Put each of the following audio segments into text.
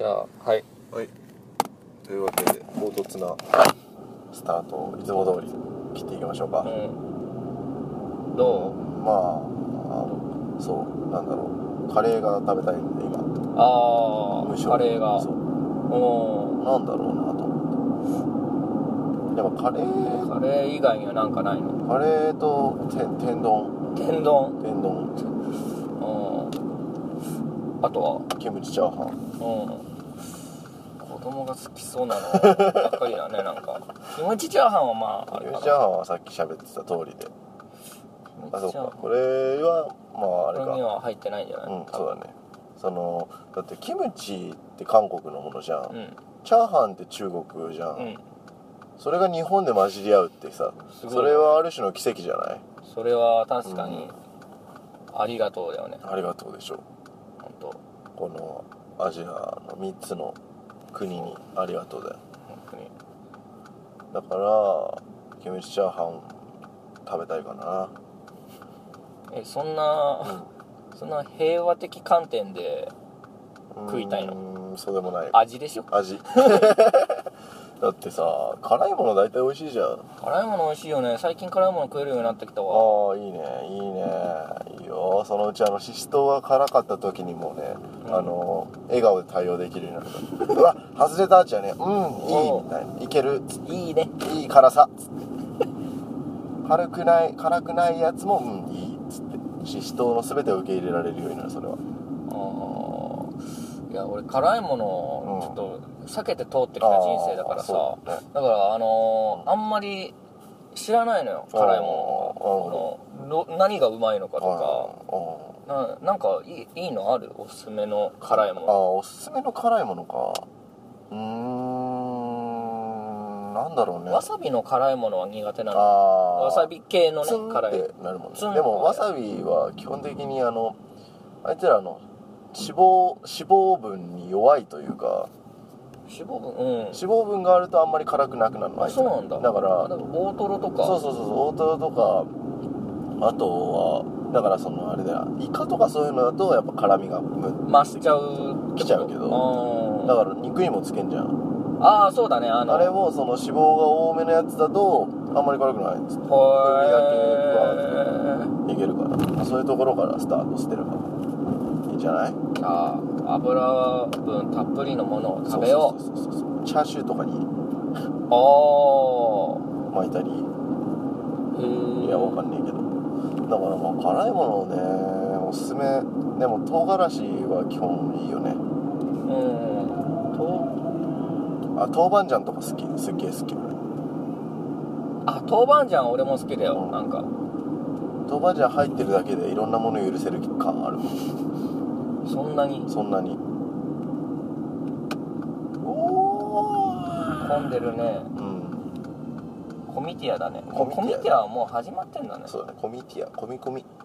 じゃあはいはい。というわけで唐突なスタートをいつも通り切っていきましょうか。 どまあそうなんだろう、カレーが食べたいんで今。無償カレーがそうおなんだろうなと思って。でもカレー以外にはなんかないの？ ーと天丼天丼あとはキムチチャーハン。 子供が好きそうなのばっかりだね。なんかキムチチャーハンはまああキれかな。 ムチチャーハンはさっき喋ってた通りで、あ、そうか、これはまああれこれにか、 は入ってないんじゃない？ そうだね。だってキムチって韓国のものじゃん、チャーハンって中国じゃん、それが日本で混じり合うってさ、それはある種の奇跡じゃない？ それは確かに、ありがとうだよね。 ありがとうでしょ。 本当。 このアジアの3つの国にありがとうだよ。 本当に。 だからキムチチャーハン食べたいかな。 そんな平和的観点で食いたいの？ そうでもない。 味でしょ？ 味だってさ、辛いもの大体美味しいじゃん。 辛いもの美味しいよね。最近辛いもの食えるようになってきたわ。 ああ、いいねいいよ。そのうちシシトウが辛かった時にもね、笑顔で対応できるようになるからうわ外れたじゃね、いいみたいな、いける、 いいね、 いい辛さつって辛くないやつもいいっつって、シシトウの全てを受け入れられるようになる。それは。 いや俺辛いものをちょっと避けて通ってきた人生だからさ、だからあんまり知らないのよ、辛いものが。何がうまいのかとか、なんかいいのある？おすすめの辛いもの。 おすすめの辛いものか。なんだろうね。 わさびの辛いものは苦手なの。わさび系のね、辛い。 なるもんね。でもわさびは基本的にあいつらの脂肪分に弱いというか、脂肪分があるとあんまり辛くなくなるの。 そうなんだ。 だから大トロとか。 そう大トロとか、あとはだからあれだよ、イカとかそういうのだとやっぱ辛みが増しちゃうきちゃうけど、だから肉にもつけんじゃん。 そうだね。 あれも脂肪が多めのやつだとあんまり辛くないっつって、風味だけいけるから、そういうところからスタートしてればいいんじゃない？ 油分たっぷりのものを食べよう。 そうチャーシューとかに巻いたり、いやわかんねえけど、だからもう辛いものをね、おすすめ。でも唐辛子は基本いいよね。豆板醤とか好き、すっげえ好き。 豆板醤俺も好きだよ。なんか豆板醤入ってるだけでいろんなもの許せる感ある。 そんなに混んでるね。コミティアだね。コミティアはもう始まってんだね。 そうだね、コミティア、コミ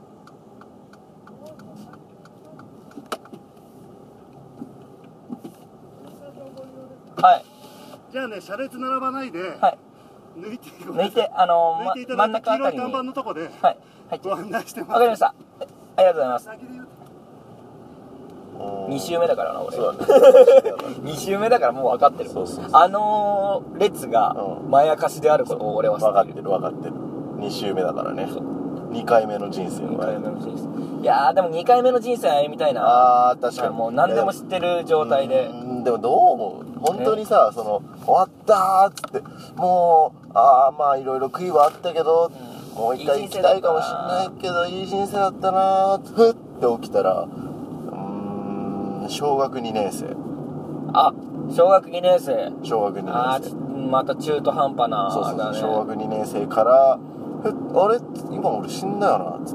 はい。 じゃあね、車列並ばないで、抜いて真ん中あたりに黄色い看板のとこでご案内してます。 わかりました。ありがとうございます。2周目だからな俺。 そうだね 2周目だからもう分かってる。列がまやかしであることを俺は知ってる。 分かってる。2周目だからね。2回目の人生のいやーでも2回目の人生歩みたいな。 確かに。 もう何でも知ってる状態で。 でもどう思う？本当にさ、終わったーっつって、もうまあいろいろ悔いはあったけど、もう一回行きたいかもしんないけど、いい人生だったなーってふって起きたら、小学2年生。 小学2年生。また中途半端な。 小学2年生からあれ今俺死んだよなっつって、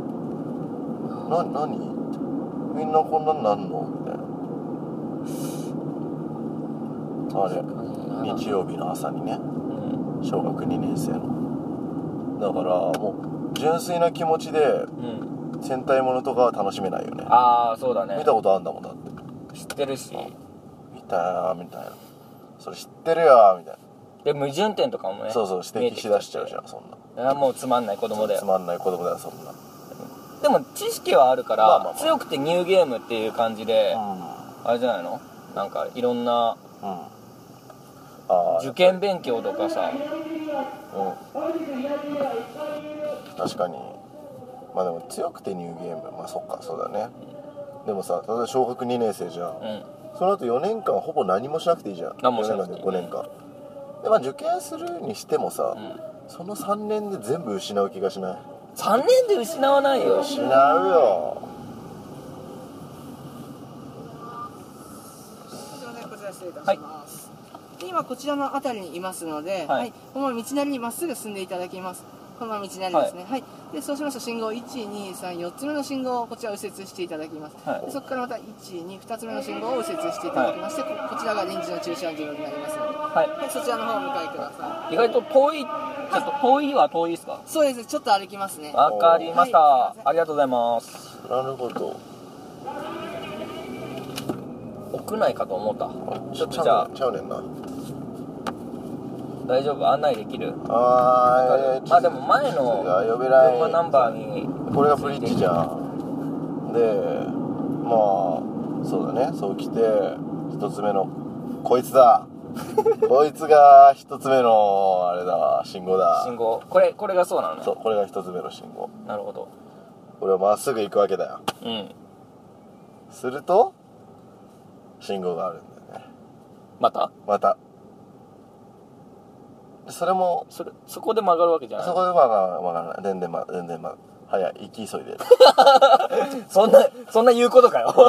何みんなこんなんなんのみたいな。日曜日の朝にね、小学2年生の。だからもう純粋な気持ちで戦隊ものとかは楽しめないよね。 そうだね。 見たことあんだもん。だって知ってるし、 見たよみたいな、それ知ってるよみたいな。 で矛盾点とかもね、 指摘しだしちゃうじゃん。そんなもうつまんない子供だよ。 つまんない子供だよそんな。 でも知識はあるから、強くてニューゲームっていう感じで、あれじゃないの？ なんかいろんなあ受験勉強とかさ、 確かに。まあでも強くてニューゲーム、まあそっか、そうだね。でもさ、例えば小学2年生じゃん、その後4年間ほぼ何もしなくていいじゃん。 何もしなくていい、 4年間で5年間で、まあ受験するにしてもさ、その3年で全部失う気がしない？ 3年で失わないよ。 失うよ。 すいません、こちら失礼いたします。で今こちらの辺りにいますので、このまま道なりにまっすぐ進んでいただきます。このまま道なりですね。でそうしましたら信号1、2、3、4つ目の信号をこちら右折していただきます。でそこからまた1、2、2つ目の信号を右折していただきまして、こちらが臨時の駐車場になりますので、そちらの方をお迎えください。 意外と遠い、ちょっと遠いは遠いですか？ そうです、ちょっと歩きますね。 わかりました、ありがとうございます。 なるほど。 屋内かと思った。ちょっとじゃあちゃうねんな。 大丈夫？案内できる？ まあでも前の呼べない車ナンバーにこれがブリッジじゃん。でまあそうだね、そう来て一つ目のこいつだこいつが一つ目のあれだ、信号だ。 信号、これがそうなのね。 そう、これが一つ目の信号。 なるほど。 これはまっすぐ行くわけだよ。すると信号があるんだよね。またそれもそこで曲がるわけじゃない。 そこで曲がらない。全然早い、行き急いでるそんな言うことかよ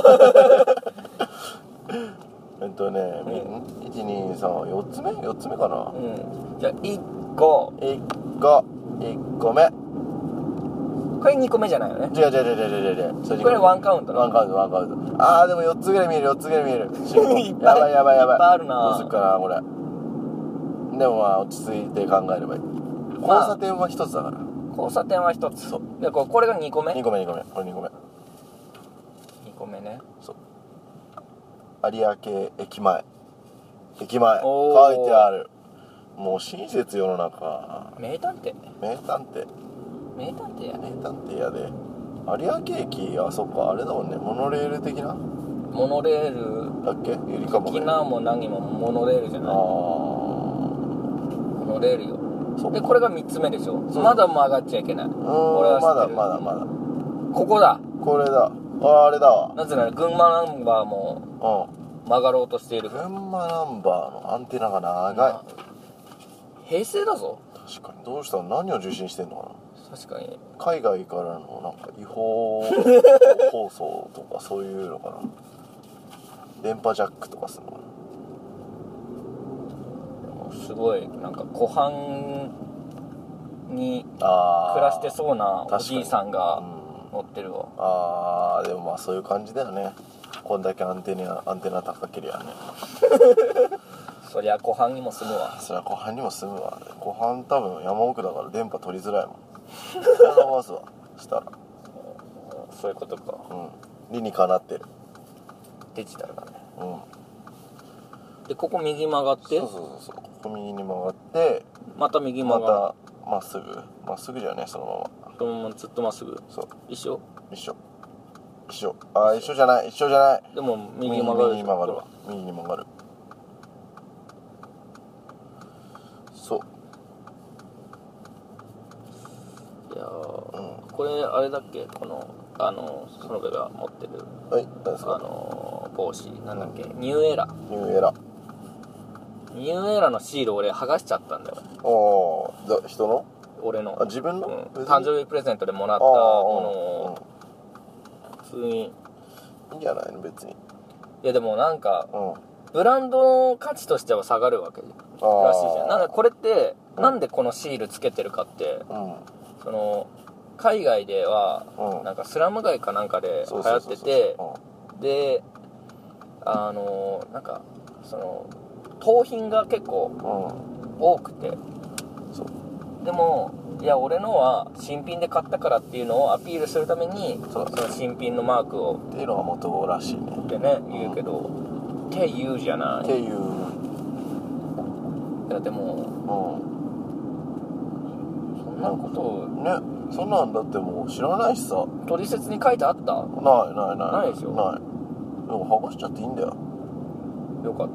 1,2,3,4つ目かな。 じゃあ1個目、 これ2個目じゃないよね。 違うこれワンカウント。 ワンカウント。ああでも4つぐらい見えるいっぱいやばいあるな。 どうすっかなこれ。でもまあ落ち着いて考えればいい。交差点は1つだから。 交差点は1つ。そうでこれが2個目。 これ2個目ね。そう、有明駅前書いてある。もう親切世の中。 名探偵やで。有明駅、あそっか、あれだもんね、モノレール的な。 モノレールだっけ？ゆりかも沖縄も何もモノレールじゃない。モノレールよ。でこれが3つ目でしょ。まだ曲がっちゃいけない。俺は知ってる。 まだここだ。 これだ。あれだわ。 なぜなら群馬ナンバーも曲がろうとしている。 群馬ナンバーのアンテナが長い。 平成だぞ。 確かに。どうしたの？何を受信してんのかな。 確かに海外からのなんか違法放送とかそういうのかな。電波ジャックとかするのかな。 でもすごいなんか湖畔に暮らしてそうなおじいさんが乗ってるわ。 でもまあそういう感じだよね。こんだけアンテナ高けりゃねそりゃ湖畔にも住むわ。 湖畔多分山奥だから電波取りづらいもん伸ばすわしたら。 そういうことか。 理にかなってる。 デジタルだね。でここ右曲がって、 そうここ右に曲がってまた右曲がってまっすぐじゃね、そのままずっとまっすぐ。 そう一緒一緒じゃない。 でも右曲がる。 右に曲がる。そういやこれあれだっけ、この園部が持ってる何ですか。 帽子なんだっけ、ニューエラのシール俺剥がしちゃったんだよ。 人の？ 俺の。 自分の？ 誕生日プレゼントでもらったものを普通に。 いいんじゃないの別に。 いやでもなんかブランドの価値としては下がるわけらしいじゃん。なんかこれってなんでこのシールつけてるかって、その海外ではなんかスラム街かなんかで流行ってて、でなんかその盗品が結構多くて、でもいや俺のは新品で買ったからっていうのをアピールするためにその新品のマークをっていうのが元らしいねってね言うけど、って言うじゃない。 っていう。 いやでもそんなことね、そんなんだってもう知らないしさ。 取説に書いてあった？ ないないでしょ。 ない。でも剥がしちゃっていいんだよ。 よかった。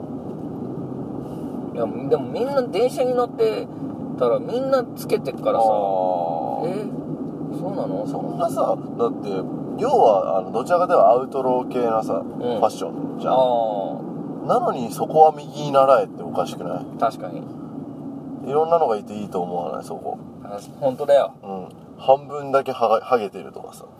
いやでもみんな電車に乗ってたらみんなつけてっからさ。そうなの？ そんなさ、だって要はどちらかというとアウトロー系なさ、ファッションじゃん。なのにそこは右に習えっておかしくない？ 確かに。 いろんなのがいていいと思わない？そこ。 本当だよ。 半分だけハゲてるとかさ。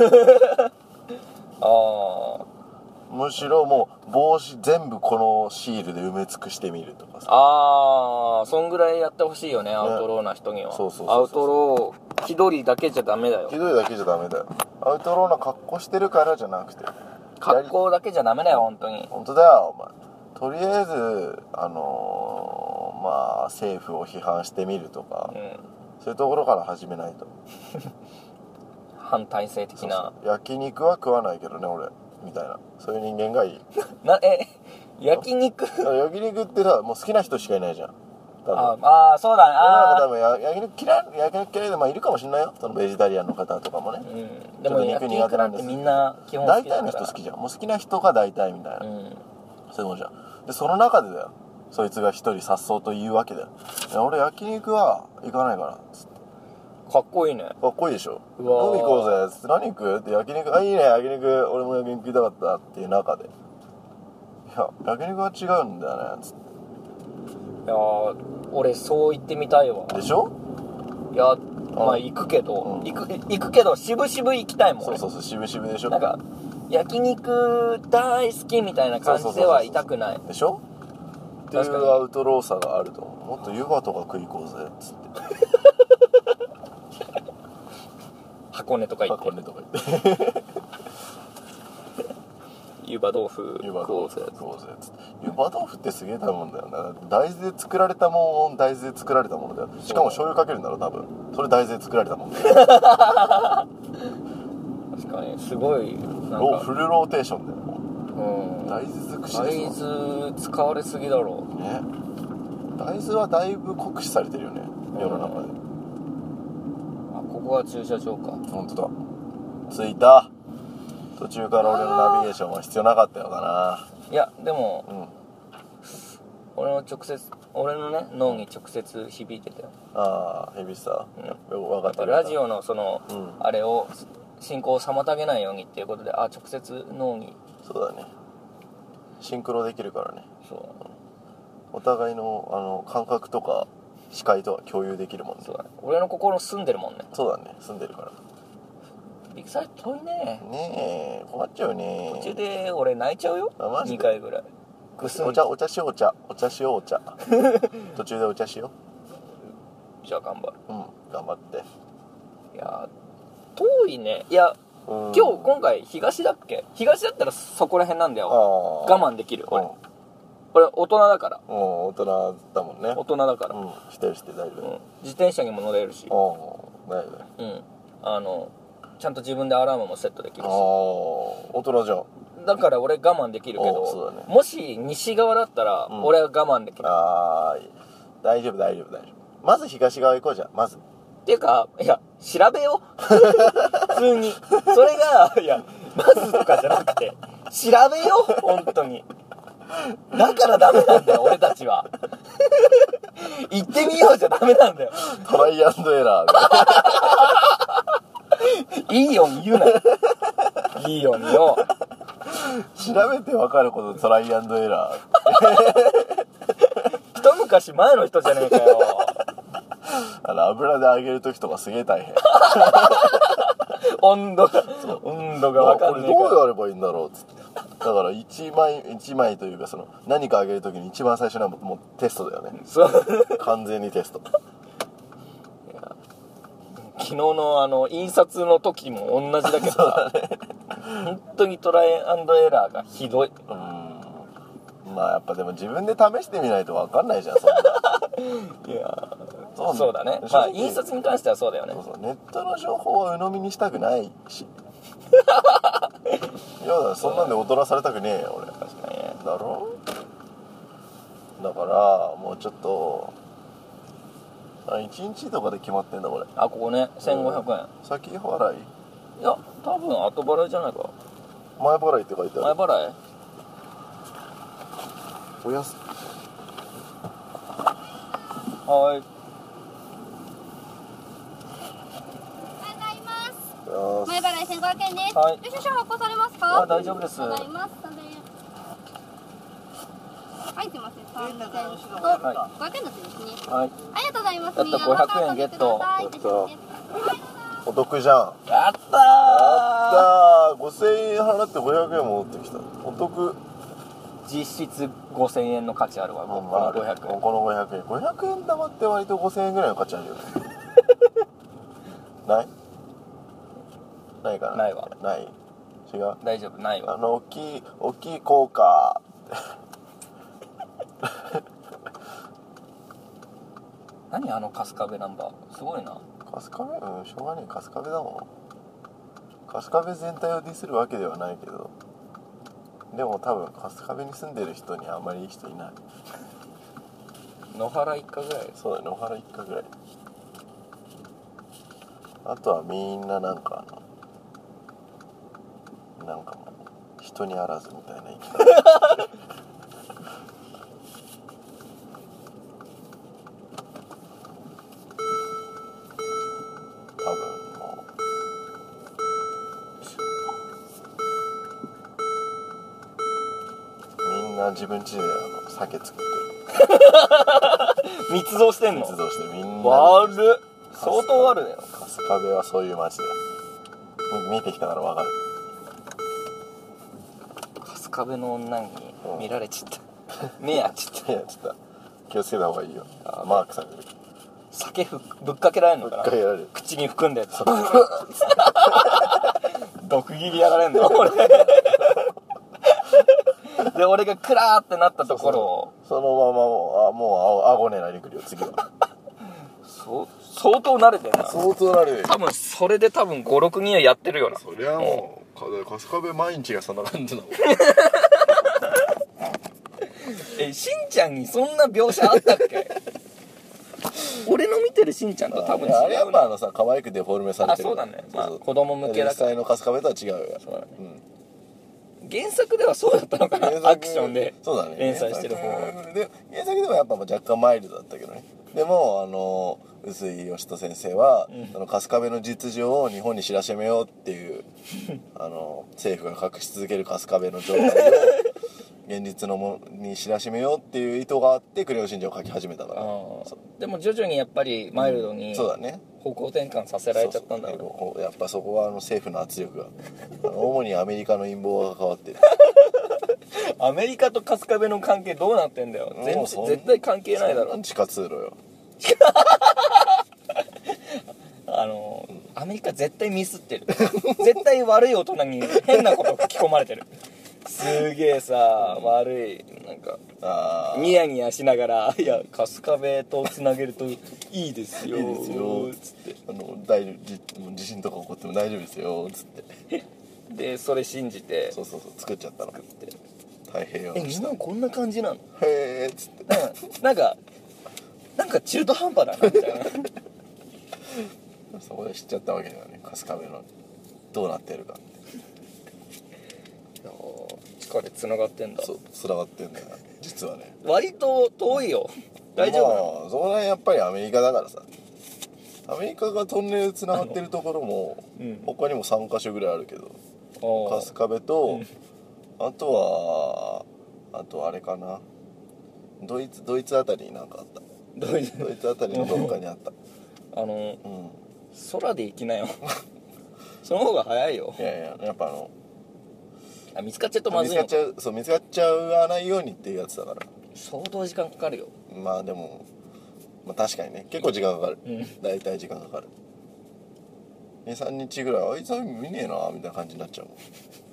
むしろもう帽子全部このシールで埋め尽くしてみるとかさ。 そんぐらいやってほしいよね、アウトローな人には。そうアウトロー気取りだけじゃダメだよ。 気取りだけじゃダメだよ。アウトローな格好してるからじゃなくて、 格好だけじゃダメだよ、本当に。 本当だよ、お前。とりあえず政府を批判してみるとか、そういうところから始めないと。 反体制的な。 焼肉は食わないけどね、俺みたいな、そういう人間がいい。 焼肉焼肉ってさ、もう好きな人しかいないじゃん。 そうだね。 多分焼肉嫌いでいるかもしれないよ、そのベジタリアンの方とかもね。 でも肉苦手なんです。みんな基本好きだから。大体の人好きじゃん。もう好きな人が大体みたいな、そういうもんじゃん。でその中でだよ、そいつが一人颯爽と言うわけだよ。俺焼肉は行かないからつって。 かっこいいね。 かっこいいでしょ。飲み行こうぜつって。何行くって。焼肉、いいね焼肉、俺も焼肉食いたかったっていう中で、いや焼肉は違うんだよねつって。 いや俺そう言ってみたいわ。 でしょ。 いや行くけど、行くけど渋々行きたいもん。 そう渋々でしょ。 なんか焼肉大好きみたいな感じではいたくない。 でしょ。っていうアウトローさがあると思う。もっと湯葉とか食い行こうぜっつって。 箱根とか行って湯葉豆腐食おうぜっつって。 湯葉豆腐ってすげえ食べ物だよな。大豆で作られたものだよ。しかも醤油かけるんだろ多分。それ大豆で作られたもんだよ。確かにすごいフルローテーションだよ。大豆尽くしで大豆使われすぎだろうね。大豆はだいぶ酷使されてるよね、世の中で。 ここは駐車場か。 本当だ、着いた。途中から俺のナビゲーションは必要なかったよな。 いやでも、俺のね脳に直接響いてたよ。 響いてた。分かった。 ラジオのあれを進行を妨げないようにっていうことで直接脳に。 そうだね、シンクロできるからね。 そう、 お互いの感覚とか視界とは共有できるもんね。 そうだね、俺の心住んでるもんね。 そうだね、住んでるから。 ビッグサイト遠いね。 ねえ、困っちゃうね。 途中で俺泣いちゃうよ。2回ぐらいお茶しよう。途中でお茶しよう。じゃあ頑張る。 頑張って。 いや遠いね。いや今回東だっけ。東だったらそこら辺なんだよ。我慢できる。俺大人だから。 大人だもんね。 大人だから。 して大丈夫。 自転車にも乗れるし。 大丈夫。 ちゃんと自分でアラームもセットできるし。 大人じゃん。 だから俺我慢できるけど、もし西側だったら俺は我慢できる。 大丈夫。まず東側行こうじゃん。まずっていうか、いや調べよう。普通にそれがまずとかじゃなくて調べよう、本当に。だからダメなんだよ俺たちは。行ってみようじゃダメなんだよ。 トライアンドエラーでいいように言うなよ。いいようによ。 調べて分かることトライアンドエラー。 一昔前の人じゃねえかよ。 油で揚げる時とかすげえ大変。 温度が分かんねえから。 これどうやればいいんだろうっつって。だから一枚というか何か揚げる時に一番最初のはもうテストだよね。完全にテスト。 昨日の印刷の時も同じだけどさ、本当にトライアンドエラーがひどい。 やっぱでも自分で試してみないと分かんないじゃん、そんな。 いやそうだね。印刷に関してはそうだよね。 ネットの情報は鵜呑みにしたくないし。いやそんなんで踊らされたくねえよ俺。 確かにね。 だろ。だからもうちょっと1日とかで決まってんだこれ。 ここね1500円。 先払い？ いや多分後払いじゃないか。 前払いって書いてある。 前払い。 おやすはい前払い1500円です。 はい。 領収書発行されますか？ 大丈夫です。 ございます。3000円。はい、すいません。3000円と500円のですね。 はい。 ありがとうございます。 やった500円ゲット。 お得じゃん。 やったー。5000円払って500円戻ってきた。お得。 実質5000円の価値あるわ。この500円。 この500円。500円玉って割と5000円ぐらいの価値あるよね。ない？ないかな。 ないわ。 ない。違う。 大丈夫、ないわ。 大きい効果。 何あの春日部ナンバー、すごいな。 春日部、しょうがねえ、春日部だもん。春日部全体をディスるわけではないけど、でも多分春日部に住んでる人にあんまりいい人いない。 野原一家ぐらい。 そうだね、野原一家ぐらい。あとはみんななんかもう人にあらずみたいな生き方。多分もうみんな自分家で酒作ってる。 密造してんの？ 密造してみんな悪っ。相当悪だよ。 春日部はそういう街だ。見てきたから分かる。 春日部の女に見られちゃった。目やっちゃった。 いやちょっと気をつけた方がいいよ。マークされてる。 酒ぶっかけられんのかな。 ぶっかけられる。 口に含んでやつ。毒斬りやられんの俺。で俺がクラーってなったところをそのままもう顎狙いに来るよ次は。 相当慣れてるな。 相当慣れてる。 多分それで5、6人はやってるよな。 そりゃもう春日部毎日がそんな感じなの。 しんちゃんにそんな描写あったっけ？俺の見てるしんちゃんと多分違う。 あれやっぱさ可愛くデフォルメされてる。 そうだね。まあ子供向けだから。 実際の春日部とは違うよ。 そうだね。原作ではそうだったのかな。アクションで連載してる方。 で原作ではやっぱ若干マイルドだったけどね。でも臼井義人先生は、春日部の実情を日本に知らしめようっていう政府が隠し続ける春日部の状態を現実のものに知らしめようっていう意図があって「クレヨンしんちゃん」を書き始めたから。 でも徐々にやっぱりマイルドにそうだね、 方向転換させられちゃったんだろう。やっぱそこは政府の圧力が主にアメリカの陰謀が関わってる。 アメリカと春日部の関係どうなってんだよ。絶対関係ないだろ。 地下通路よ。 アメリカ絶対ミスってる。絶対悪い大人に変なこと吹き込まれてる。すげえさ、悪いなんかニヤニヤしながら「いや春日部とつなげるといいですよ」つって地震とか起こっても大丈夫ですよつってでそれ信じてそう作っちゃったの。 作って太平洋の日本こんな感じなの？ へえっつって、 なんか中途半端だなみたいな。 そこで知っちゃったわけだよね、春日部のどうなってるかって。 地下で繋がってんだ。 そう繋がってんだよ実はね。 割と遠いよ。大丈夫なの？ そこら辺やっぱりアメリカだからさ。アメリカがトンネル繋がってるところも他にも3カ所ぐらいあるけど、春日部と、あとはあれかな、ドイツあたりになんかあった。ドイツあたりのどっかにあった。 空で行きなよ。その方が早いよ。 いややっぱ見つかっちゃうとまずいの。 見つかっちゃわないようにっていうやつだから。 相当時間かかるよ。 まあでも確かにね、結構時間かかる。大体時間かかる。2、3日ぐらいあいつは見ねえなみたいな感じになっちゃうもん。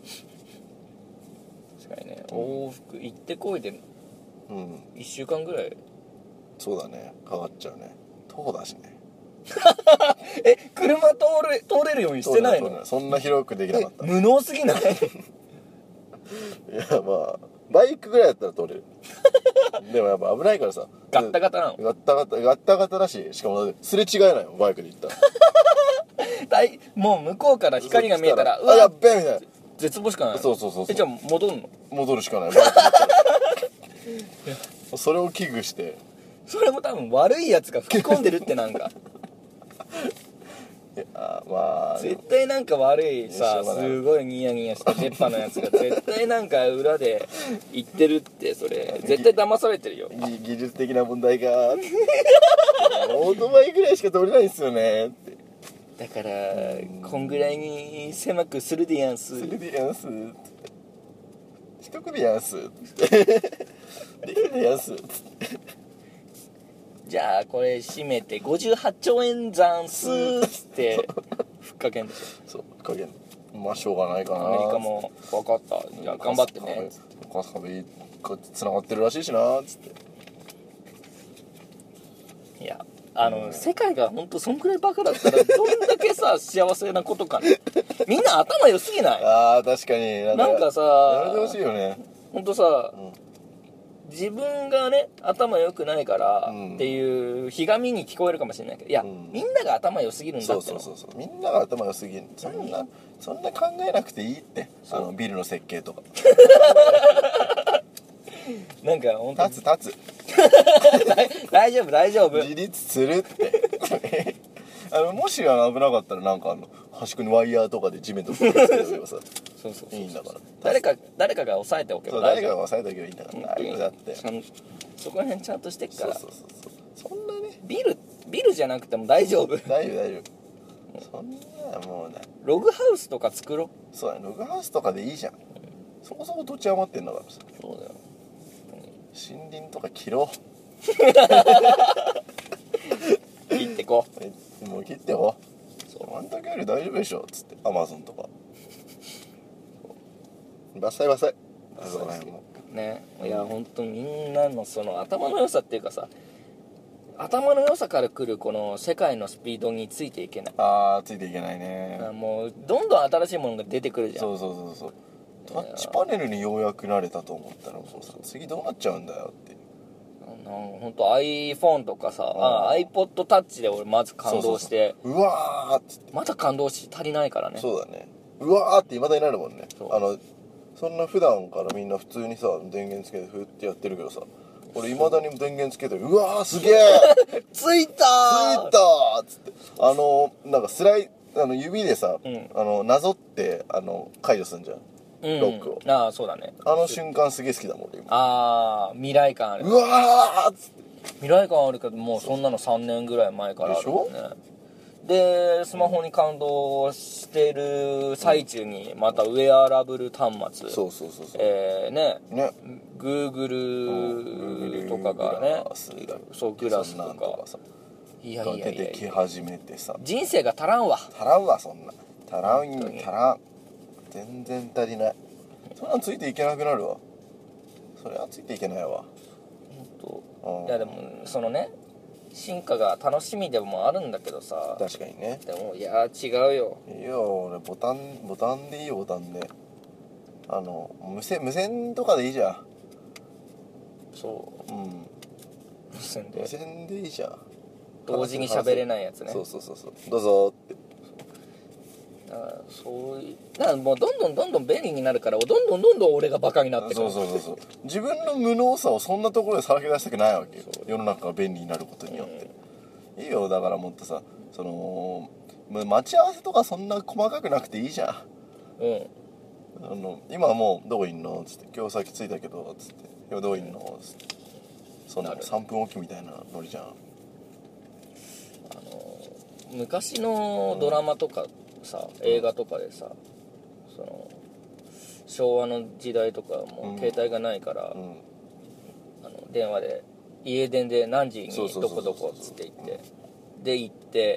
確かにね、往復行ってこいで1週間ぐらい。 そうだね、かかっちゃうね。徒歩だしね。 車通れるようにしてないの？ そんな広くできなかった。 無能すぎない？ いやバイクぐらいだったら通れる。でもやっぱ危ないからさ。 ガッタガタなの？ ガッタガタだし、しかもすれ違えないよバイクで行ったら。 もう向こうから光が見えたらうわやっべえみたいな絶望しかない。 そうじゃあ戻んの？ 戻るしかないバイクで行ったら。 それを危惧して。 それも多分悪いやつが吹き込んでるってなんかいやまあ絶対なんか悪いさ、すごいニヤニヤした出っ歯のやつが絶対なんか裏で言ってるって、それ絶対騙されてるよ。 技術的な問題がオートバイぐらいしか通れないんですよねって。 だからこんぐらいに狭くするでやんす。 するでやんすって一区でやんすってできるでやんすってじゃあこれ締めて58兆円残すってふっかけんでしょ。 そうふっかけん。まあしょうがないかな。 アメリカも分かった、じゃあ頑張ってね。 カスカベつながってるらしいしなつって。 いや世界が本当そんくらいバカだったらどんだけさ幸せなことかね。みんな頭良すぎない？ ああ確かになんかさやめてほしいよね。 本当さ、自分がね頭良くないからっていうひがみに聞こえるかもしれないけど、いや、みんなが頭良すぎるんだっての。 そうみんなが頭良すぎる。そんな考えなくていいって。ビルの設計とかなんか本当立つ大丈夫自立するってもし危なかったらなんか端っこにワイヤーとかで地面とかつければさそういいんだから。 誰かが押さえておけば誰かが押さえておけばいいんだから大丈夫だって。 そこら辺ちゃんとしてっから。 そうそんなねビルじゃなくても大丈夫。 大丈夫そんなもうねログハウスとか作ろう。 そうだね、ログハウスとかでいいじゃん。そこそこ土地余ってんだからさ。 そうだよ。 森林とか切ろう切ってこうもう切ってこう。あんだけより大丈夫でしょつってアマゾンとか伐採そこら辺もね。いや本当みんなのその頭の良さっていうかさ、頭の良さから来るこの世界のスピードについていけない。 ついていけないね。 もうどんどん新しいものが出てくるじゃん。 そうタッチパネルにようやく慣れたと思ったらもうさ次どうなっちゃうんだよっていう。 本当 iPhone とかさ、iPod タッチで俺まず感動して、 うわーっつってまだ感動し足りないからね。 そうだね。うわーって未だになるもんね。そんな普段からみんな普通にさ電源つけてふってやってるけどさ、俺未だに電源つけてうわーすげえついたーっつってなんか指でさ、なぞって解除すんじゃん、ロックを。 ああそうだね。 瞬間すげえ好きだもん俺今。 ああ未来感ある。 うわーっつって未来感あるけど、もうそんなの3年ぐらい前からあるもんね。でスマホに感動してる最中にまたウェアラブル端末、 そうね Google とかがね、そうグラスとかいや出てき始めてさ、 人生が足らんわそんな足らん全然足りない。そんなんついていけなくなるわ。それはついていけないわ。 いやでもそのね進化が楽しみでもあるんだけどさ。 確かにね。 でもいや違うよ。 いや俺ボタンでいいよ。ボタンで無線とかでいいじゃん。 そう無線でいいじゃん。 同時に喋れないやつね。 そうどうぞって。 だからもうどんどん便利になるから、どんどん俺がバカになってくる。 そう自分の無能さをそんなところでさらけ出したくないわけよ。世の中が便利になることによって、いいよ。だからもっとさ待ち合わせとかそんな細かくなくていいじゃん。今もうどこいんのつって今日先着いたけどつって今どこいんのつってそんな3分おきみたいなノリじゃん。 昔のドラマとかさ、映画とかでさ、昭和の時代とかもう携帯がないから、電話で家電で何時にどこどこっつって言ってで行って、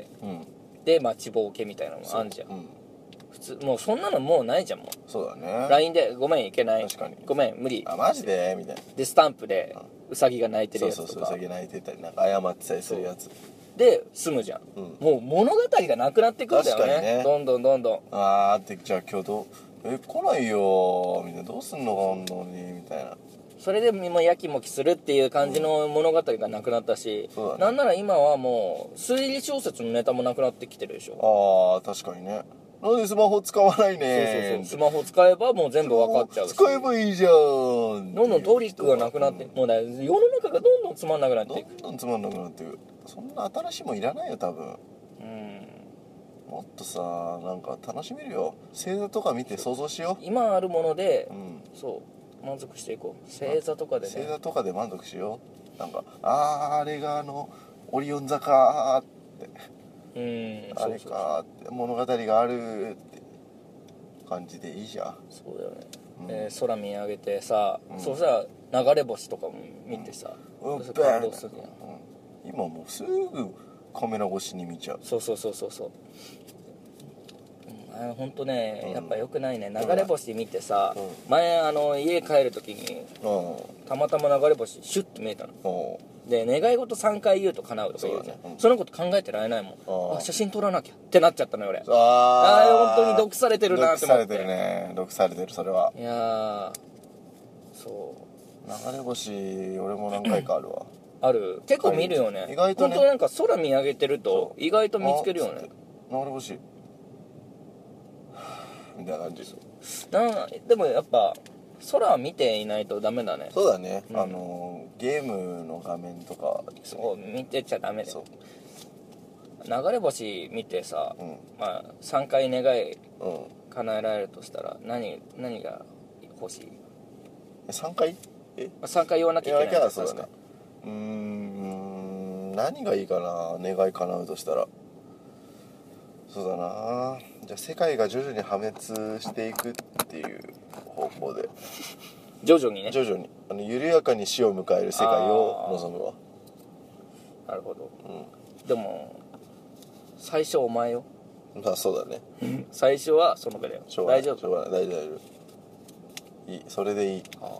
で待ちぼうけみたいなのもあんじゃん。普通もうそんなのもうないじゃん。もうそうだね。 LINE でごめん行けない、 確かにごめん無理、 マジでみたいな。 でスタンプでウサギが鳴いてるやつとか、 ウサギ鳴いてたりなんか謝ってたりするやつで済むじゃん。もう物語がなくなってくんだよね。 確かにね。 どんどんってじゃあ今日来ないよみたいな、どうすんのかんのにみたいな。 それでもやきもきするっていう感じの物語がなくなったし、なんなら今はもう推理小説のネタもなくなってきてるでしょ。 確かにね。 なんでスマホ使わないねそうスマホ使えばもう全部分かっちゃうし、 使えばいいじゃん。 どんどんトリックがなくなって、もうね世の中がどんどんつまんなくなっていく。 どんどんつまんなくなっていく。そんな新しいもんいらないよ多分。もっとさなんか楽しめるよ。星座とか見て想像しよう。 今あるもので、そう満足していこう。星座とかでね、 星座とかで満足しよう。なんかあれがオリオン座かってあれかって物語があるって感じでいいじゃん。 そうだよね、空見上げてさ、そうしたら流れ星とかも見てさ、感動するやん。 今もうすぐカメラ越しに見ちゃう。 そうほんとね、やっぱ良くないね。流れ星見てさ、前家帰る時にたまたま流れ星シュッて見えたので、願い事3回言うと叶うとか言うじゃん。そのこと考えてられないもん。写真撮らなきゃってなっちゃったのよ俺。本当に毒されてるなって思って。 毒されてるね。毒されてる。それはいやそう流れ星俺も何回かあるわ。 ある。結構見るよね。 意外とね、 本当なんか空見上げてると意外と見つけるよね。 流れ星みたいな感じ。 でもやっぱ空見ていないとダメだね。 そうだね、ゲームの画面とかそう見てちゃダメだよ。流れ星見てさ、まあ3回願い叶えられるとしたら何が欲しい ？3回 ？3回言わなきゃいけない。 そうだね。何がいいかな。願い叶うとしたらそうだな。じゃあ世界が徐々に破滅していくっていう方向で徐々にね、 緩やかに死を迎える世界を望むわ。 なるほど、でも最初お前よ。 まあそうだね最初はそのぐらいよ。大丈夫。 大丈夫。いい、それでいい。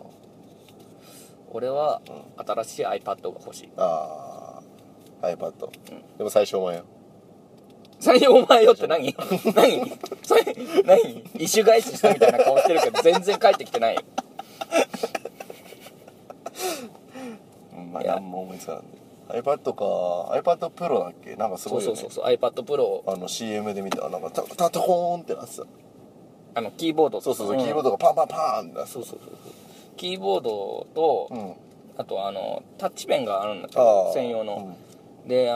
俺は新しい iPad が欲しい。 iPad、でも最初お前よ。 最初お前よって何それ何一種返ししたみたいな顔してるけど全然帰ってきてないよ。 まあ何も思いつかないんで。iPad か iPad Pro だっけ。なんかすごいよね。 そう iPad Pro CM で見たらなんかタタコーンってなってた。 キーボード。 キーボードがパンパンパンってなってた。 キーボードと、あとタッチペンがあるんだけど専用の、で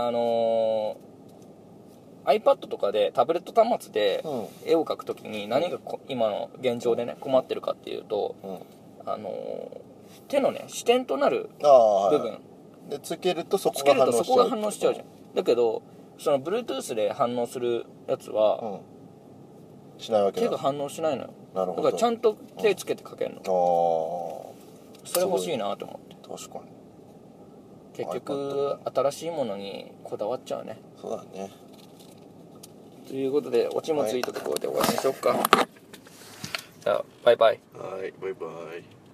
iPad とかでタブレット端末で絵を描くときに何が今の現状でね困ってるかっていうと、手のね支点となる部分でつけるとそこが反応しちゃうじゃん。だけどその Bluetooth で反応するやつは、 しないわけだ。 手が反応しないのよ。 なるほど。 だからちゃんと手つけて描けるの。それ欲しいなと思って。 確かに。 結局新しいものにこだわっちゃうね。 そうだね。 ということでオチもついたところで終わりにしよっか。じゃあバイバイ。 はい、バイバイ。